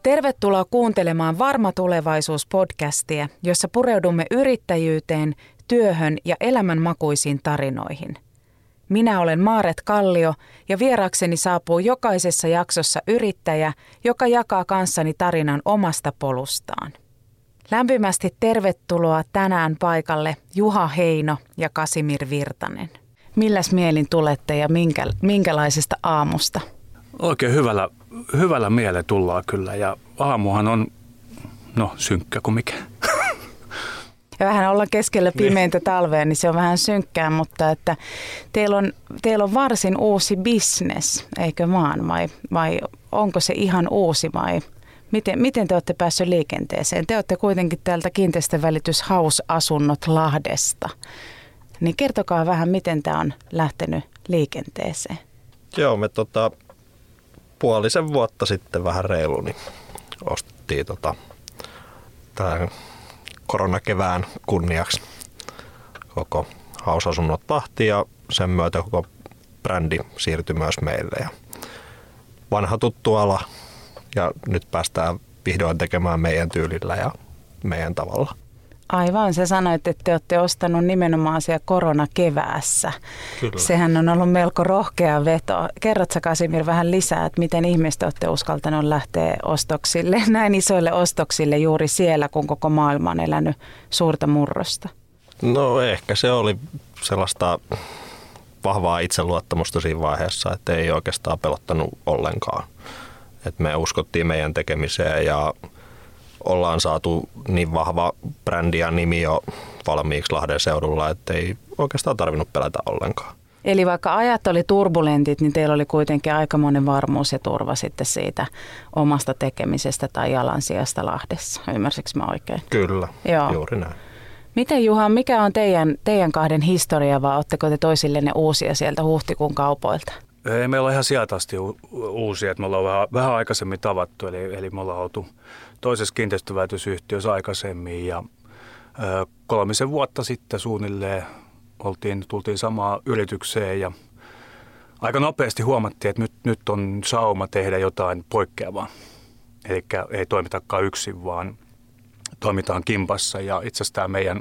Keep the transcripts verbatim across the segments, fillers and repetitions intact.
Tervetuloa kuuntelemaan Varma tulevaisuus-podcastia, jossa pureudumme yrittäjyyteen, työhön ja elämänmakuisiin tarinoihin. Minä olen Maaret Kallio ja vierakseni saapuu jokaisessa jaksossa yrittäjä, joka jakaa kanssani tarinan omasta polustaan. Lämpimästi tervetuloa tänään paikalle Juha Heino ja Kasimir Virtanen. Milläs mielin tulette ja minkä, minkälaisesta aamusta? Oikein hyvällä, hyvällä miele tullaan kyllä ja aamuhan on no synkkä kuin mikä. Ja vähän ollaan keskellä pimeintä talvea, niin se on vähän synkkää, mutta että teillä on, teillä on varsin uusi business, eikö vaan? Vai, vai onko se ihan uusi vai miten, miten te olette päässeet liikenteeseen? Te olette kuitenkin täältä kiinteistövälitys House-asunnot Lahdesta. Niin kertokaa vähän, miten tämä on lähtenyt liikenteeseen. Joo, me tota, puolisen vuotta sitten vähän reilu, niin ostettiin tota, tämän koronakevään kunniaksi koko House-asunnot Lahti ja sen myötä koko brändi siirtyi myös meille. Ja vanha tuttu ala ja nyt päästään vihdoin tekemään meidän tyylillä ja meidän tavalla. Aivan, sä sanoit, että te olette ostanut nimenomaan siellä koronakeväässä. Kyllä. Sehän on ollut melko rohkea veto. Kerrotko Kasimir vähän lisää, että miten ihmiset olette uskaltanut lähteä ostoksille, näin isoille ostoksille juuri siellä, kun koko maailma on elänyt suurta murrosta? No ehkä se oli sellaista vahvaa itseluottamusta siinä vaiheessa, että ei oikeastaan pelottanut ollenkaan. Et me uskottiin meidän tekemiseen ja ollaan saatu niin vahva brändi ja nimi jo valmiiksi Lahden seudulla, että ei oikeastaan tarvinnut pelätä ollenkaan. Eli vaikka ajat oli turbulentit, niin teillä oli kuitenkin aikamoinen varmuus ja turva sitten siitä omasta tekemisestä tai jalansijasta Lahdessa. Ymmärsikö mä oikein? Kyllä, Joo. Juuri näin. Miten Juha, mikä on teidän, teidän kahden historia vai ootteko te toisillenne uusia sieltä huhtikuun kaupoilta? Ei, meillä on ihan sieltä asti uusia, että me ollaan vähän, vähän aikaisemmin tavattu, eli, eli me ollaan oltu toisessa kiinteistövälitys-yhtiössä aikaisemmin ja ö, kolmisen vuotta sitten suunnilleen oltiin, tultiin samaan yritykseen ja aika nopeasti huomattiin, että nyt, nyt on sauma tehdä jotain poikkeavaa. Eli ei toimitakaan yksin, vaan toimitaan kimpassa ja itse asiassa tämä meidän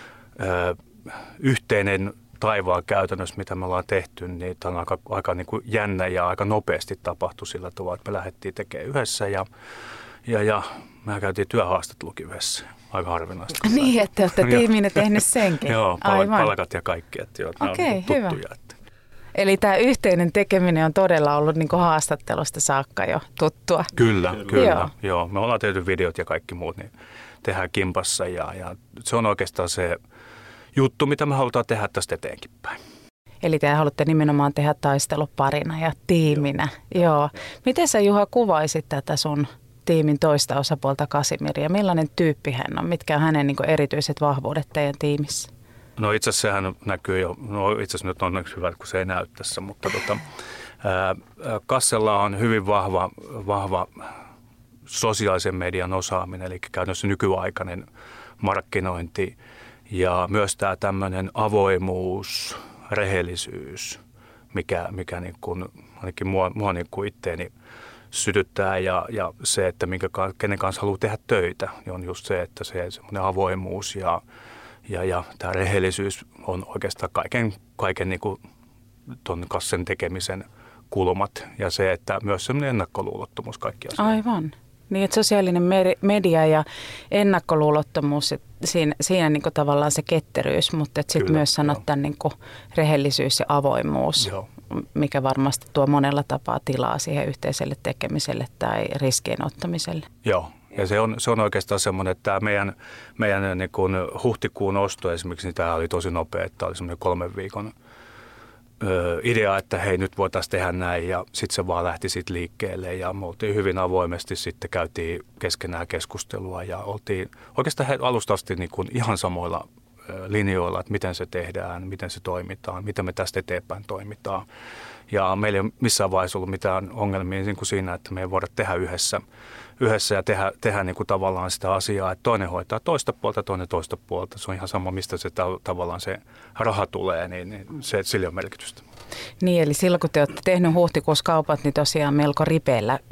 ö, yhteinen taivaan käytännössä, mitä me ollaan tehty, niin tämä on aika, aika niin kuin jännä ja aika nopeasti tapahtui sillä tavalla, että me lähdettiin tekemään yhdessä ja, ja, ja me käytiin työhaastattelukin yhdessä. Aika harvinaista. Niin, että olette tiiminä tehnyt senkin. Joo, palkat ja kaikki, että joo, nämä Okei, on tuttuja. hyvä. Että. Eli tämä yhteinen tekeminen on todella ollut niin kuin haastattelusta saakka jo tuttua. Kyllä, kyllä. kyllä. Joo. Joo, me ollaan tehty videot ja kaikki muut, niin tehdään kimpassa ja, ja se on oikeastaan se juttu, mitä me halutaan tehdä tästä eteenkin päin. Eli te haluatte nimenomaan tehdä taisteluparina ja tiiminä. Joo. Joo. Miten sä Juha kuvaisit tätä sun tiimin toista osapuolta Kasimiria? Millainen tyyppi hän on? Mitkä on hänen niin kuin erityiset vahvuudet teidän tiimissä? No itse asiassa sehän näkyy jo, no itse asiassa nyt on hyvä, kun se ei näy tässä, mutta tota, ää, Kassella on hyvin vahva, vahva sosiaalisen median osaaminen, eli käytännössä nykyaikainen markkinointi. Ja myös tämä tämmöinen avoimuus, rehellisyys, mikä, mikä niin kuin, ainakin mua, mua niin kuin itteeni sytyttää ja, ja se, että minkä, kenen kanssa haluaa tehdä töitä, niin on just se, että se semmoinen avoimuus ja, ja, ja tämä rehellisyys on oikeastaan kaiken, kaiken niin kuin ton Kassen tekemisen kulmat ja se, että myös semmoinen ennakkoluulottomuus kaikki asiat. Aivan. Niin, että sosiaalinen media ja ennakkoluulottomuus, siinä, siinä niin kuin tavallaan se ketteryys, mutta sitten myös sanot tämän niin kuin rehellisyys ja avoimuus, Joo. mikä varmasti tuo monella tapaa tilaa siihen yhteiselle tekemiselle tai riskien ottamiselle. Joo, ja se on, se on oikeastaan semmoinen, että tämä meidän, meidän niin kuin huhtikuun osto esimerkiksi, niin tämä oli tosi nopea, että tämä oli semmoinen kolmen viikon idea, että hei nyt voitaisiin tehdä näin ja sitten se vaan lähti sitten liikkeelle ja me oltiin hyvin avoimesti sitten käytiin keskenään keskustelua ja oltiin oikeastaan alusta asti niin kuin ihan samoilla linjoilla, että miten se tehdään, miten se toimitaan, miten me tästä eteenpäin toimitaan ja meillä ei ole missään vaiheessa ollut mitään ongelmia niin kuin siinä, että me ei voida tehdä yhdessä, yhdessä ja tehdä, tehdä niin kuin tavallaan sitä asiaa, että toinen hoitaa toista puolta, toinen toista puolta. Se on ihan sama, mistä se tavallaan se raha tulee, niin, niin se, sillä on merkitystä. Niin, eli silloin kun te olette tehnyt huhtikuussa kaupat, niin tosiaan melko ripeällä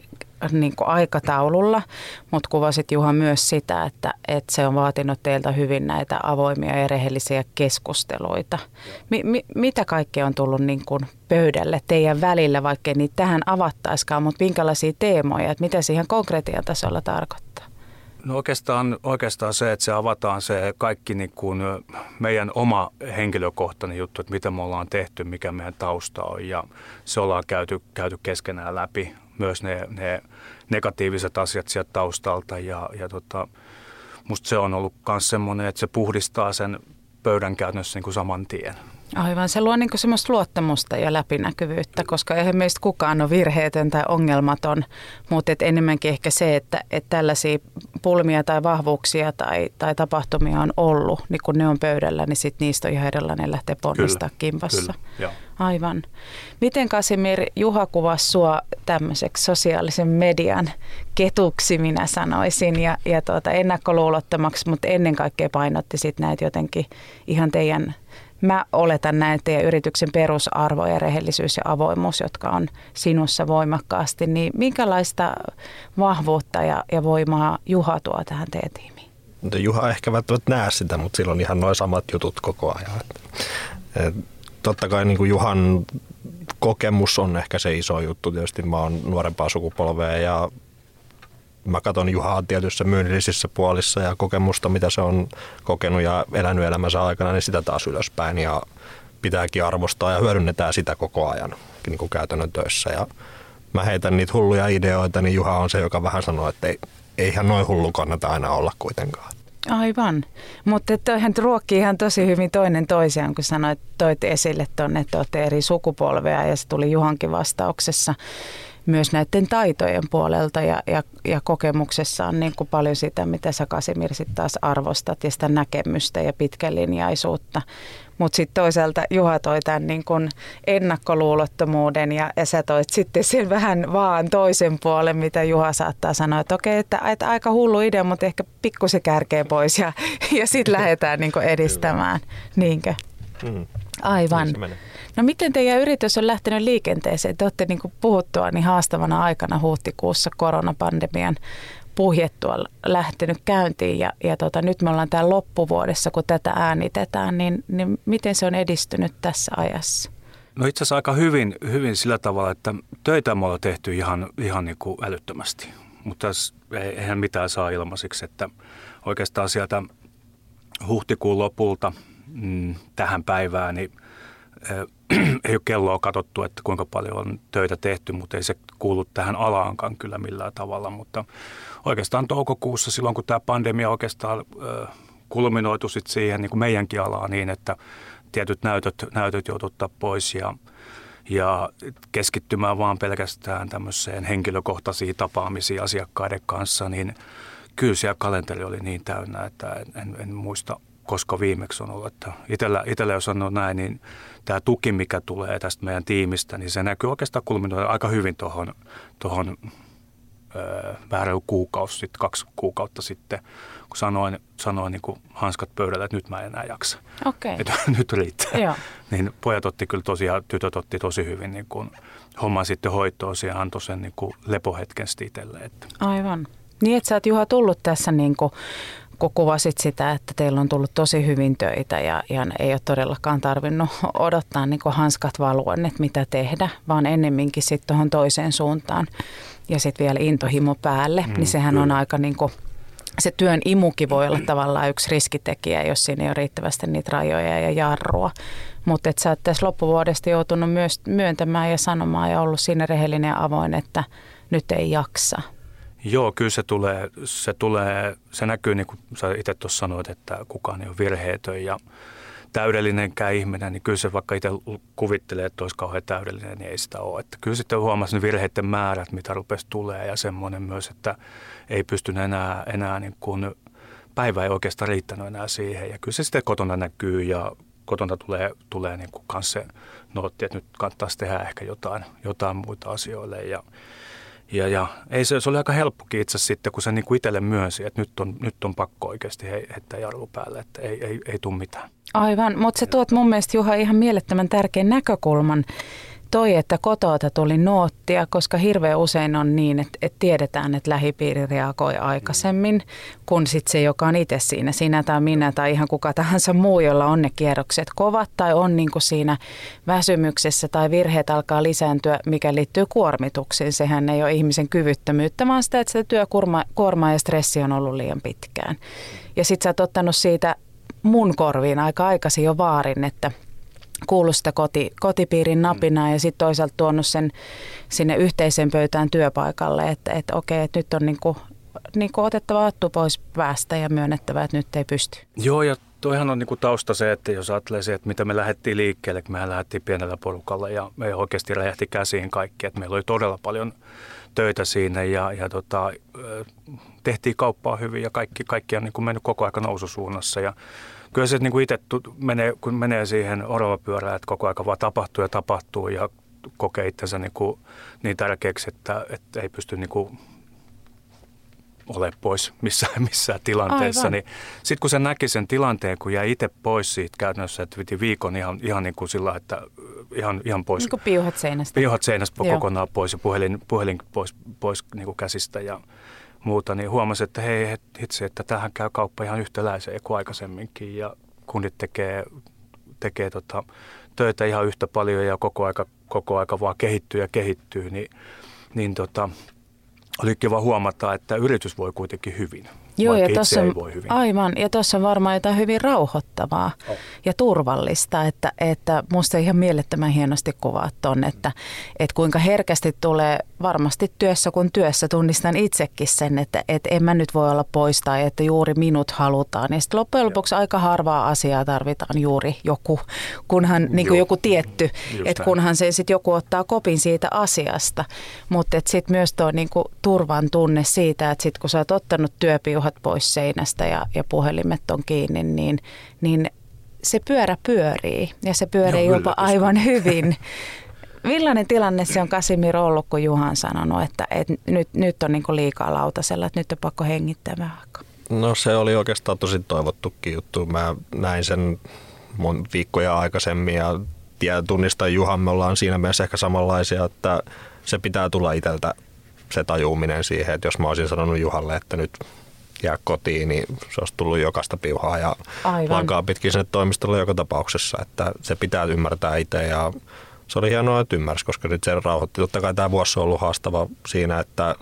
niin kuin aikataululla, mutta kuvasit Juha myös sitä, että, että se on vaatinut teiltä hyvin näitä avoimia ja rehellisiä keskusteluita. Mi, mi, mitä kaikkea on tullut niin kuin pöydälle teidän välillä, vaikkei niitä tähän avattaisikaan, mutta minkälaisia teemoja, että mitä siihen konkretian tasolla tarkoittaa? No oikeastaan, oikeastaan se, että se avataan se kaikki niin kuin meidän oma henkilökohtainen juttu, että mitä me ollaan tehty, mikä meidän tausta on ja se ollaan käyty, käyty keskenään läpi. Myös ne, ne negatiiviset asiat sieltä taustalta ja, ja tota, musta se on ollut myös semmoinen, että se puhdistaa sen pöydän käytännössä niin kuin saman tien. Aivan, se luo niin kuin semmoista luottamusta ja läpinäkyvyyttä, koska eihän meistä kukaan ole virheetön tai ongelmaton, mutta et enemmänkin ehkä se, että et tällaisia pulmia tai vahvuuksia tai, tai tapahtumia on ollut, niin kun ne on pöydällä, niin sit niistä on ihan erilainen lähteä ponnistaa kimpassa. Kyllä, aivan. Miten Casimir Juha kuvasi sua tämmöiseksi sosiaalisen median ketuksi, minä sanoisin, ja, ja tuota, ennakkoluulottomaksi, mutta ennen kaikkea painotti sit näitä jotenkin ihan teidän... Mä oletan näin, että teidän yrityksen perusarvoja, rehellisyys ja avoimuus, jotka on sinussa voimakkaasti, niin minkälaista vahvuutta ja, ja voimaa Juha tuo tähän teidän tiimiin? Juha ehkä välttämättä näe sitä, mutta sillä on ihan noin samat jutut koko ajan. Et, totta kai niin kuin Juhan kokemus on ehkä se iso juttu. Tietysti mä oon nuorempaa sukupolvea ja mä katson Juhaa tietyissä myynnillisissä puolissa ja kokemusta, mitä se on kokenut ja elänyt elämänsä aikana, niin sitä taas ylöspäin ja pitääkin arvostaa ja hyödynnetään sitä koko ajan niin kuin käytännön töissä. Ja mä heitän niitä hulluja ideoita, niin Juha on se, joka vähän sanoo, että ei, eihän noin hullu kannata aina olla kuitenkaan. Aivan, mutta toihan ruokkii ihan tosi hyvin toinen toisiaan, kun sanoit, toit esille tuonne, että olette eri sukupolvea ja se tuli Juhankin vastauksessa. Myös näiden taitojen puolelta ja, ja, ja kokemuksessa on niin kuin paljon sitä, mitä sä Casimir sit taas arvostat ja sitä näkemystä ja pitkälinjaisuutta. Mutta sitten toisaalta Juha toi tämän niin kuin ennakkoluulottomuuden ja, ja sä toit sitten sen vähän vaan toisen puolen, mitä Juha saattaa sanoa, että okei, että, että aika hullu idea, mutta ehkä pikkusen kärkeä pois ja, ja sitten lähdetään niin kuin edistämään. Niinkö? Mm. Aivan. No miten teidän yritys on lähtenyt liikenteeseen? Te olette niin kuin puhuttua niin haastavana aikana huhtikuussa koronapandemian puhjettua lähtenyt käyntiin ja, ja tota, nyt me ollaan täällä loppuvuodessa, kun tätä äänitetään, niin, niin miten se on edistynyt tässä ajassa? No itse asiassa aika hyvin, hyvin sillä tavalla, että töitä me ollaan tehty ihan, ihan niin kuin älyttömästi, mutta eihän mitään saa ilmaisiksi, että oikeastaan sieltä huhtikuun lopulta mm, tähän päivään, niin ei ole kelloa katsottu, että kuinka paljon on töitä tehty, mutta ei se kuulu tähän alaankaan kyllä millään tavalla. Mutta oikeastaan toukokuussa, silloin kun tämä pandemia oikeastaan kulminoitu sit siihen niin kuin meidänkin alaan niin, että tietyt näytöt, näytöt joutui ottaa pois ja, ja keskittymään vaan pelkästään tämmöiseen henkilökohtaisiin tapaamisiin asiakkaiden kanssa, niin kyllä siellä kalenteri oli niin täynnä, että en, en, en muista, koska viimeksi on ollut. Että itellä, itellä jos sanoo näin, niin tämä tuki, mikä tulee tästä meidän tiimistä, niin se näkyy oikeastaan kulminoida aika hyvin tuohon tohon, vähän reilu kuukausi sitten, kaksi kuukautta sitten, kun sanoin, sanoin niin kuin hanskat pöydällä, että nyt mä en enää jaksa. Okay. Että nyt riittää. Joo. Niin pojat otti kyllä tosiaan, tytöt otti tosi hyvin niin kuin homman sitten hoitoon ja antoi sen niin kuin lepohetken sitten itselle. Että. Aivan. Niin, että sä oot Juha tullut tässä niin kuin kun kuvasit sitä, että teillä on tullut tosi hyvin töitä ja, ja ei ole todellakaan tarvinnut odottaa niin kuin hanskat valuen, että mitä tehdä, vaan ennemminkin sitten tuohon toiseen suuntaan ja sitten vielä intohimo päälle, mm, niin sehän kyllä. on aika niin kuin, se työn imukin voi olla tavallaan yksi riskitekijä, jos siinä ei ole riittävästi niitä rajoja ja jarrua. Mutta että sä oot tässä loppuvuodesta joutunut myös myöntämään ja sanomaan ja ollut siinä rehellinen ja avoin, että nyt ei jaksa. Joo, kyllä se tulee, se tulee, se näkyy niin kuin sä itse tuossa sanoit, että kukaan ei ole virheetön ja täydellinenkään ihminen, niin kyllä se vaikka itse kuvittelee, että olisi kauhean täydellinen, niin ei sitä ole. Että kyllä sitten huomasi ne virheiden määrät, mitä rupesi tulee ja semmoinen myös, että ei pystynyt enää, enää niin kuin, päivä ei oikeastaan riittänyt enää siihen ja kyllä se sitten kotona näkyy ja kotona tulee, tulee niin kuin kanssa se nootti, että nyt kannattaisi tehdä ehkä jotain, jotain muita asioille ja Ja, ja ei se, se oli aika helppokin itse sitten, kun se niin kuin itselle myönsi, että nyt on, nyt on pakko oikeasti heittää jarru päälle, että ei, ei, ei tule mitään. Aivan, mutta sä tuot mun mielestä Juha ihan mielettömän tärkeän näkökulman toi, että kotoa tuli noottia, koska hirveän usein on niin, että, että tiedetään, että lähipiiri reagoi aikaisemmin kuin sitten se, joka on itse siinä, sinä tai minä tai ihan kuka tahansa muu, jolla on ne kierrokset kovat tai on niin kuin siinä väsymyksessä tai virheet alkaa lisääntyä, mikä liittyy kuormituksiin. Sehän ei ole ihmisen kyvyttömyyttä, vaan sitä, että se työkuorma ja stressi on ollut liian pitkään. Ja sitten sä oot ottanut siitä mun korviin aika aikaisin jo vaarin, että kuullut sitä koti, kotipiirin napinaa ja sitten toisaalta tuonut sen sinne yhteiseen pöytään työpaikalle, että, että okei, että nyt on niinku, niinku otettava hattu pois päästä ja myönnettävä, että nyt ei pysty. Joo, ja toihan on niinku tausta se, että jos ajattelee se, että mitä me lähdettiin liikkeelle, kun mehän lähdettiin pienellä porukalla ja me oikeasti räjähti käsiin kaikki, että meillä oli todella paljon töitä siinä ja, ja tota, tehtiin kauppaa hyvin ja kaikki, kaikki on niin kuin mennyt koko ajan noususuunnassa. Ja kyllä se niin kuin itse menee, kun menee siihen oravapyörään, että koko ajan vaan tapahtuu ja tapahtuu ja kokee itsensä niin, kuin niin tärkeäksi, että, että ei pysty niin kuin ole pois missään, missään tilanteessa. Niin sitten kun se näki sen tilanteen, kun jäi itse pois siitä käytännössä, että viti viikon ihan, ihan niin kuin sillä, että ihan, ihan pois. Niin kuin piuhat seinästä. Piuhat seinästä kokonaan pois ja puhelin, puhelin pois, pois niin kuin käsistä ja muuta, niin huomasi, että hei itse, että tähän käy kauppa ihan yhtäläiseen kuin aikaisemminkin ja kundit tekee, tekee tota, töitä ihan yhtä paljon ja koko aika, koko aika vaan kehittyy ja kehittyy, niin, niin tota, oli kiva huomata, että yritys voi kuitenkin hyvin. Joo, ja tuossa aivan, ja tuossa on varmaan jotain hyvin rauhoittavaa oh. ja turvallista, että, että musta ihan mielettömän hienosti kuvaat ton, että, että kuinka herkästi tulee varmasti työssä kun työssä, tunnistan itsekin sen, että, että en mä nyt voi olla pois tai että juuri minut halutaan. Ja sitten loppujen lopuksi aika harvaa asiaa tarvitaan juuri joku, kunhan niin kuin joku tietty, että kunhan se sitten joku ottaa kopin siitä asiasta, mutta sitten myös tuo niin kuin turvan tunne siitä, että sitten kun sä oot ottanut työpiuhat pois seinästä ja, ja puhelimet on kiinni, niin, niin se pyörä pyörii ja se pyörii Joo, jopa aivan hyvin. Millainen tilanne se on Casimir ollut, kun Juha on sanonut, että, että nyt, nyt on niin kuin liikaa lautasella, että nyt on pakko hengittää vähän aikaa? No se oli oikeastaan tosi toivottukin juttu. Mä näin sen mun viikkoja aikaisemmin ja tiedän, tunnistan Juhan, me ollaan siinä mielessä ehkä samanlaisia, että se pitää tulla itseltä se tajuuminen siihen, että jos mä olisin sanonut Juhalle, että nyt jää kotiin, niin se olisi tullut jokaista piuhaa ja Aivan. lankaa pitkin sinne toimistolle joka tapauksessa, että se pitää ymmärtää itse ja se oli hienoa, että ymmärsi, koska nyt se rauhoitti. Totta kai tämä vuosi on ollut haastava siinä, että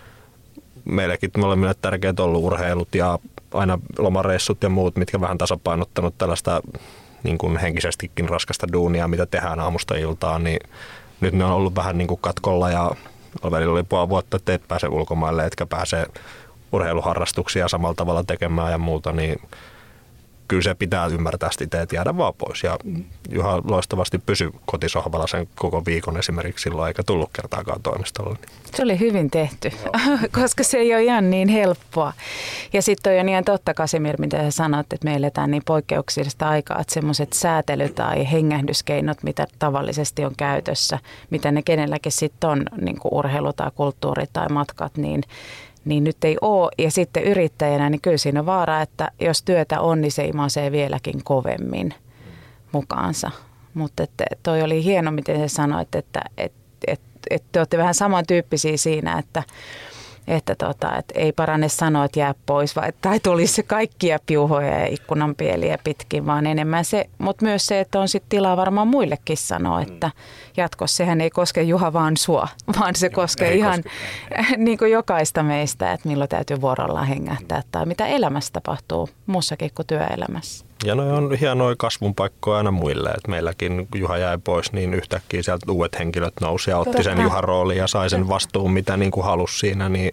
meillekin molemmille tärkeät on ollut urheilut ja aina lomareissut ja muut, mitkä vähän tasapainottanut tällaista niin kuin henkisestikin raskasta duunia, mitä tehdään aamusta iltaan, niin nyt ne on ollut vähän niin kuin katkolla ja välillä oli puoli vuotta, että et pääse ulkomaille, etkä pääse urheiluharrastuksia samalla tavalla tekemään ja muuta, niin kyllä se pitää ymmärtää sitä, että jäädä vaan pois. Ja Juha loistavasti pysyi kotisohvalla sen koko viikon esimerkiksi silloin, eikä tullut kertaakaan toimistolle. Se oli hyvin tehty, koska se ei ole ihan niin helppoa. Ja sitten on ihan totta, Casimir, mitä sä sanot, että me eletään niin poikkeuksellista aikaa, että semmoiset säätely- tai hengähdyskeinot, mitä tavallisesti on käytössä, mitä ne kenelläkin sitten on, niin kuin urheilu tai kulttuuri tai matkat, niin niin nyt ei ole. Ja sitten yrittäjänä, niin kyllä siinä on vaara, että jos työtä on, niin se imasee vieläkin kovemmin mukaansa. Mutta toi oli hieno, miten sä sanoit, että et, et, et te olette vähän samantyyppisiä siinä, että että tota, et ei parane sanoa, että jää pois, vai, tai tulisi se kaikkia piuhoja ja ikkunanpieliä pitkin, vaan enemmän se, mutta myös se, että on sitten tilaa varmaan muillekin sanoa, että jatkossa sehän ei koske Juha vaan sua, vaan se koskee ei ihan koske. Niin kuin jokaista meistä, että milloin täytyy vuorollaan hengähtää tai mitä elämässä tapahtuu muussakin kuin työelämässä. Ja ne on hienoja kasvun paikkoja aina muille, että meilläkin kun Juha jäi pois, niin yhtäkkiä sieltä uudet henkilöt nousi ja otti Totta. sen Juhan roolin ja sai sen vastuun, mitä niin kuin halusi siinä, niin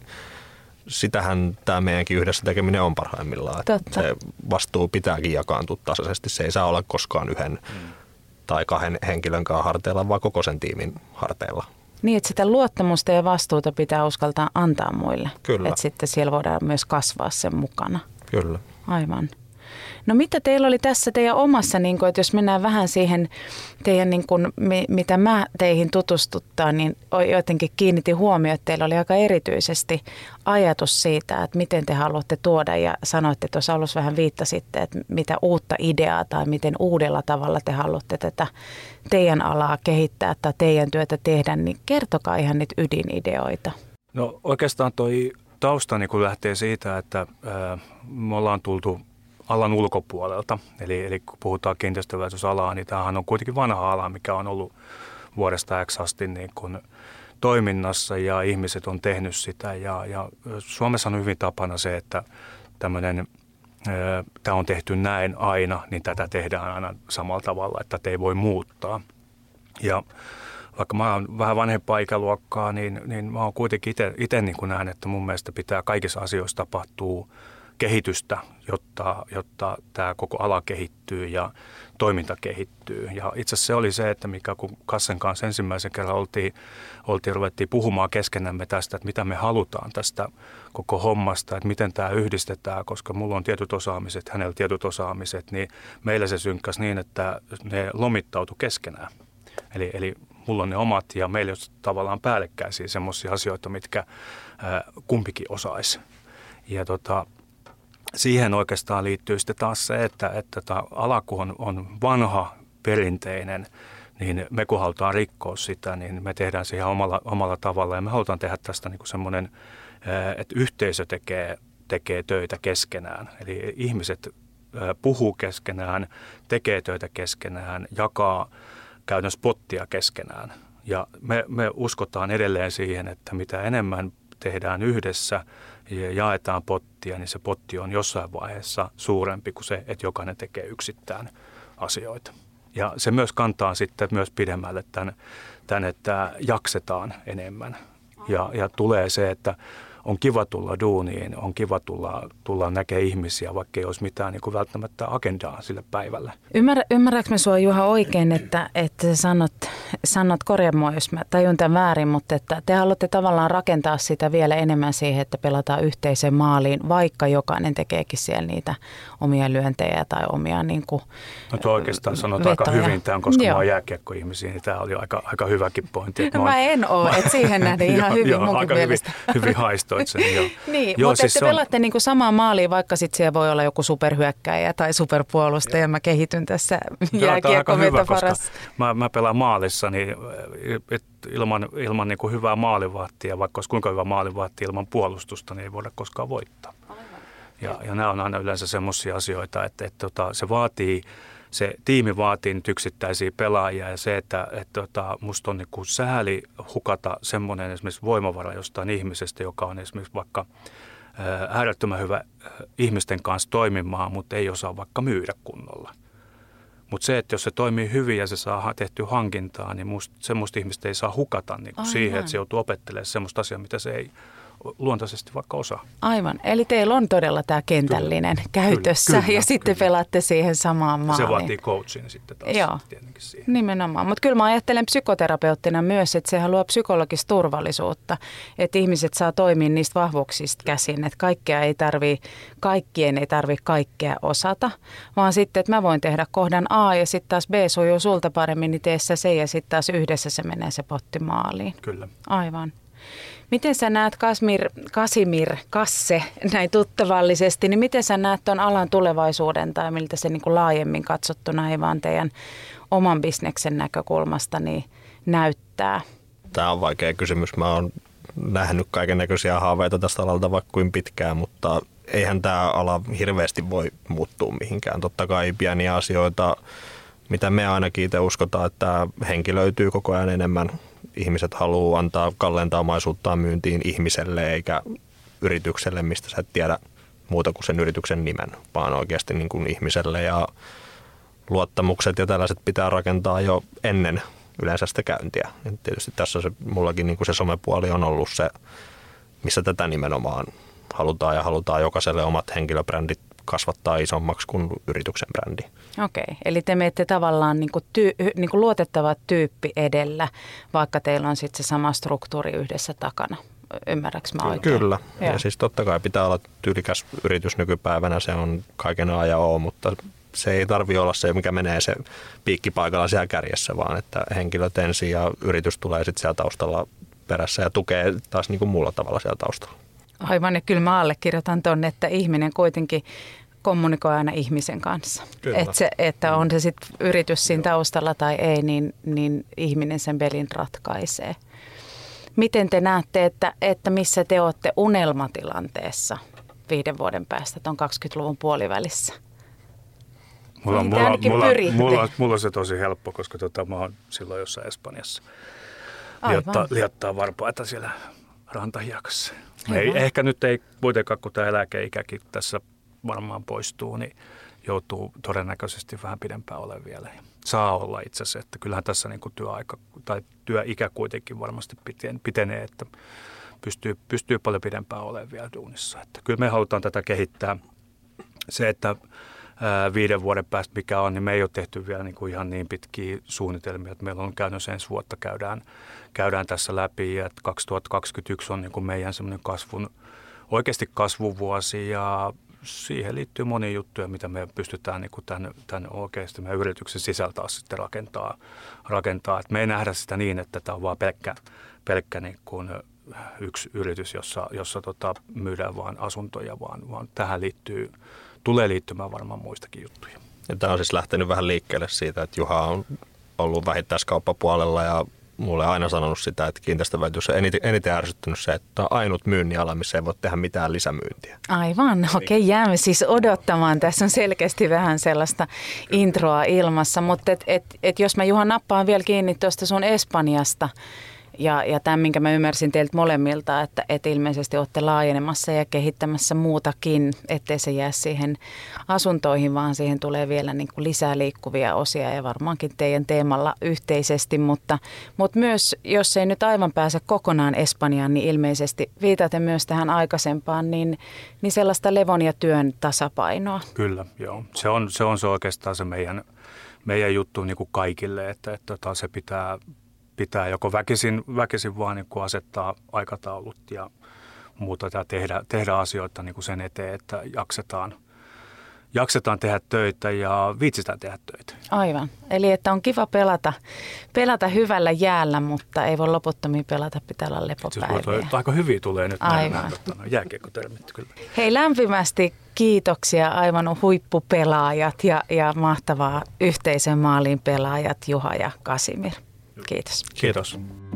sitähän tämä meidänkin yhdessä tekeminen on parhaimmillaan. Se vastuu pitääkin jakaantua tasaisesti, se ei saa olla koskaan yhden mm. tai kahden henkilön kanssa harteilla, vaan koko sen tiimin harteilla. Niin, että sitä luottamusta ja vastuuta pitää uskaltaa antaa muille. Kyllä. Että sitten siellä voidaan myös kasvaa sen mukana. Kyllä. Aivan. No mitä teillä oli tässä teidän omassa, niin kun, että jos mennään vähän siihen teidän, niin kun, mitä mä teihin tutustuttaa, niin jotenkin kiinnitin huomioon, että teillä oli aika erityisesti ajatus siitä, että miten te haluatte tuoda ja sanoitte tuossa alussa vähän viittasitte, että mitä uutta ideaa tai miten uudella tavalla te haluatte tätä teidän alaa kehittää tai teidän työtä tehdä, niin kertokaa ihan niitä ydinideoita. No oikeastaan toi tausta niin kun lähtee siitä, että ää, me ollaan tultu alan ulkopuolelta. Eli, eli kun puhutaan kiinteistönvälitysalaa, niin tämähän on kuitenkin vanha ala, mikä on ollut vuodesta X asti niin kun toiminnassa ja ihmiset on tehnyt sitä. Ja, ja Suomessa on hyvin tapana se, että tämmöinen, tämä on tehty näin aina, niin tätä tehdään aina samalla tavalla, että tätä ei voi muuttaa. Ja vaikka mä oon vähän vanhempaa ikäluokkaa, niin, niin mä oon kuitenkin itse niin kuin näen, että mun mielestä pitää kaikissa asioissa tapahtua kehitystä, jotta, jotta tämä koko ala kehittyy ja toiminta kehittyy. Ja itse asiassa se oli se, että mikä kun Kassen kanssa ensimmäisen kerran oltiin, oltiin ruvettiin puhumaan keskenämme tästä, että mitä me halutaan tästä koko hommasta, että miten tämä yhdistetään, koska mulla on tietyt osaamiset, hänellä tietyt osaamiset, niin meillä se synkkäsi niin, että ne lomittautui keskenään. Eli, eli mulla on ne omat ja meillä on tavallaan päällekkäisiä semmoisia asioita, mitkä ää, kumpikin osaisi. Ja tota, siihen oikeastaan liittyy sitten taas se, että, että tämä ala kun on, on vanha, perinteinen, niin me kun halutaan rikkoa sitä, niin me tehdään se ihan omalla, omalla tavalla. Ja me halutaan tehdä tästä niin kuin semmoinen, että yhteisö tekee, tekee töitä keskenään. Eli ihmiset puhuu keskenään, tekee töitä keskenään, jakaa käytännössä pottia keskenään. Ja me, me uskotaan edelleen siihen, että mitä enemmän tehdään yhdessä ja jaetaan pottia, niin se potti on jossain vaiheessa suurempi kuin se, että jokainen tekee yksittäin asioita. Ja se myös kantaa sitten myös pidemmälle tämän, tämän että jaksetaan enemmän. Ja, ja tulee se, että on kiva tulla duuniin, on kiva tulla, tulla näkemään ihmisiä, vaikka ei olisi mitään niin kuin välttämättä agendaa sille päivälle. Ymmärrä, ymmärrätkö mä sua Juha oikein, että, että sanot, sanot korjaa mua, jos mä tajun tämän väärin, mutta että te haluatte tavallaan rakentaa sitä vielä enemmän siihen, että pelataan yhteiseen maaliin, vaikka jokainen tekeekin siellä niitä omia lyöntejä tai omia niin kuin no tuo oikeastaan sanot aika hyvin tämän, koska joo. Mä oon jääkiekkoihmisiä, niin tämä oli aika, aika hyväkin pointti. No, mä en ole, että siihen nähden ihan hyvin joo, munkin aika mielestä. Hyvin, hyvin haistoit sen, joo. Niin, joo, mutta siis te on pelaatte niin kuin samaan maaliin, vaikka sitten siellä voi olla joku superhyökkäjä tai superpuolustaja. Ja mä kehityn tässä jääkiekkometaforassa. Mä, mä pelaan maalissa, niin ilman, ilman niin kuin hyvää maalivahtia, vaikka olisi kuinka hyvä maalivahti ilman puolustusta, niin ei voida koskaan voittaa. Ja, ja nämä on aina yleensä semmoisia asioita, että, että, että se vaatii, se tiimi vaatii nyt yksittäisiä pelaajia ja se, että, että, että musta on niin kuin sääli hukata semmoinen esimerkiksi voimavara jostain ihmisestä, joka on esimerkiksi vaikka äärettömän hyvä ihmisten kanssa toimimaan, mutta ei osaa vaikka myydä kunnolla. Mutta se, että jos se toimii hyvin ja se saa tehtyä hankintaa, niin musta, semmoista ihmistä ei saa hukata niin kuin siihen, että se joutuu opettelemaan semmoista asiaa, mitä se ei luontaisesti vaikka osaa. Aivan. Eli teillä on todella tämä kentällinen kyllä, käytössä kyllä, ja kyllä, sitten kyllä. pelaatte siihen samaan maaliin. Se vaatii coachin sitten taas joo, tietenkin siihen. Nimenomaan. Mutta kyllä mä ajattelen psykoterapeuttina myös, että se haluaa psykologista turvallisuutta, että ihmiset saa toimia niistä vahvuuksista käsin, että kaikkea ei tarvii, kaikkien ei tarvitse kaikkea osata, vaan sitten, että mä voin tehdä kohdan A ja sitten taas B sujuu sulta paremmin, niin tee sä se ja sitten taas yhdessä se menee se potti maaliin. Kyllä. Aivan. Miten sä näet, Kasmir, Kasimir, Kasse, näin tuttavallisesti, niin miten sä näet tuon alan tulevaisuuden tai miltä se niin kuin laajemmin katsottuna, ei vaan teidän oman bisneksen näkökulmasta, niin näyttää? Tämä on vaikea kysymys. Mä oon nähnyt kaiken näköisiä haaveita tästä alalta vaikka kuin pitkään, mutta eihän tämä ala hirveästi voi muuttua mihinkään. Totta kai pieniä asioita, mitä me ainakin itse uskotaan, että henki löytyy koko ajan enemmän. Ihmiset haluaa antaa kalleinta omaisuuttaan myyntiin ihmiselle eikä yritykselle, mistä sä et tiedä muuta kuin sen yrityksen nimen, vaan oikeasti niin kuin ihmiselle. Ja luottamukset ja tällaiset pitää rakentaa jo ennen yleensä sitä käyntiä. Ja tietysti tässä se, mullakin niin kuin se somepuoli on ollut se, missä tätä nimenomaan halutaan ja halutaan jokaiselle omat henkilöbrändit kasvattaa isommaksi kuin yrityksen brändi. Okei, eli te menette tavallaan niin kuin tyy, niin kuin luotettava tyyppi edellä, vaikka teillä on sitten se sama struktuuri yhdessä takana. ymmärräks mä oikein? Kyllä. Ja, ja siis totta kai pitää olla tyylikäs yritys nykypäivänä, se on kaiken A ja O, mutta se ei tarvitse olla se, mikä menee se piikkipaikalla siellä kärjessä, vaan että henkilöt ensin ja yritys tulee sitten siellä taustalla perässä ja tukee taas niin kuin muulla tavalla siellä taustalla. Aivan, ja kyllä mä allekirjoitan tuonne, että ihminen kuitenkin kommunikoi aina ihmisen kanssa. Et se, että on se sitten yritys siinä taustalla tai ei, niin, niin ihminen sen pelin ratkaisee. Miten te näette, että, että missä te olette unelmatilanteessa viiden vuoden päästä tuon kaksikymmentäluvun puolivälissä? Mulla, mulla, mulla, mulla, mulla on se tosi helppo, koska tota, mä oon silloin jossain Espanjassa liottaa, liottaa varpaita siellä rantahiekassa. Ei, ehkä nyt ei kuitenkaan, kun tämä eläkeikäkin tässä varmaan poistuu, niin joutuu todennäköisesti vähän pidempään olemaan vielä. Saa olla itse asiassa, että kyllähän tässä niin kuin työaika tai työikä kuitenkin varmasti pitenee, että pystyy, pystyy paljon pidempään olemaan vielä duunissa. Että kyllä me halutaan tätä kehittää. Se, että ää, viiden vuoden päästä mikä on, niin me ei ole tehty vielä niin kuin ihan niin pitkiä suunnitelmia, että meillä on käynyt ensi vuotta käydään, käydään tässä läpi ja kaksituhattakaksikymmentäyksi on niin kuin meidän semmoinen kasvun, oikeasti kasvuvuosi ja siihen liittyy monia juttuja, mitä me pystytään niin kuin tämän, tämän oikeasti meidän yrityksen sisältä sitten rakentaa. rakentaa. Et me ei nähdä sitä niin, että tämä on vain pelkkä, pelkkä niin kuin yksi yritys, jossa, jossa tota, myydään vain asuntoja, vaan, vaan tähän liittyy, tulee liittymään varmaan muistakin juttuja. Ja tämä on siis lähtenyt vähän liikkeelle siitä, että Juha on ollut vähittäiskauppapuolella ja mulle aina sanonut sitä, että kiinteistövälitys on eniten, eniten ärsyttynyt se, että on ainut myynnin ala, missä ei voi tehdä mitään lisämyyntiä. Aivan, okei, okay, jäämme siis odottamaan. Tässä on selkeästi vähän sellaista introa ilmassa, mutta et, et, et jos mä Juha nappaan vielä kiinni tuosta sun Espanjasta ja, ja tämän, minkä mä ymmärsin teiltä molemmilta, että et ilmeisesti olette laajenemassa ja kehittämässä muutakin, ettei se jää siihen asuntoihin, vaan siihen tulee vielä niin kuin lisää liikkuvia osia ja varmaankin teidän teemalla yhteisesti, mutta, mutta myös jos ei nyt aivan pääse kokonaan Espanjaan, niin ilmeisesti viitaten myös tähän aikaisempaan, niin, niin sellaista levon ja työn tasapainoa. Kyllä, joo. Se on se, on se oikeastaan se meidän, meidän juttu niin kuin kaikille, että, että se pitää Pitää joko väkisin, väkisin vaan niin kuin asettaa aikataulut ja muuta ja tehdä, tehdä asioita niin kuin sen eteen, että jaksetaan, jaksetaan tehdä töitä ja viitsitään tehdä töitä. Aivan. Eli että on kiva pelata, pelata hyvällä jäällä, mutta ei voi loputtomiin pelata, pitää olla lepopäiviä. Siis aika hyviä tulee nyt näin jääkiekkotermit kyllä. Hei, lämpimästi kiitoksia, aivan huippupelaajat ja, ja mahtavaa yhteisön maaliin pelaajat Juha ja Kasimir. Kiitos. Kiitos.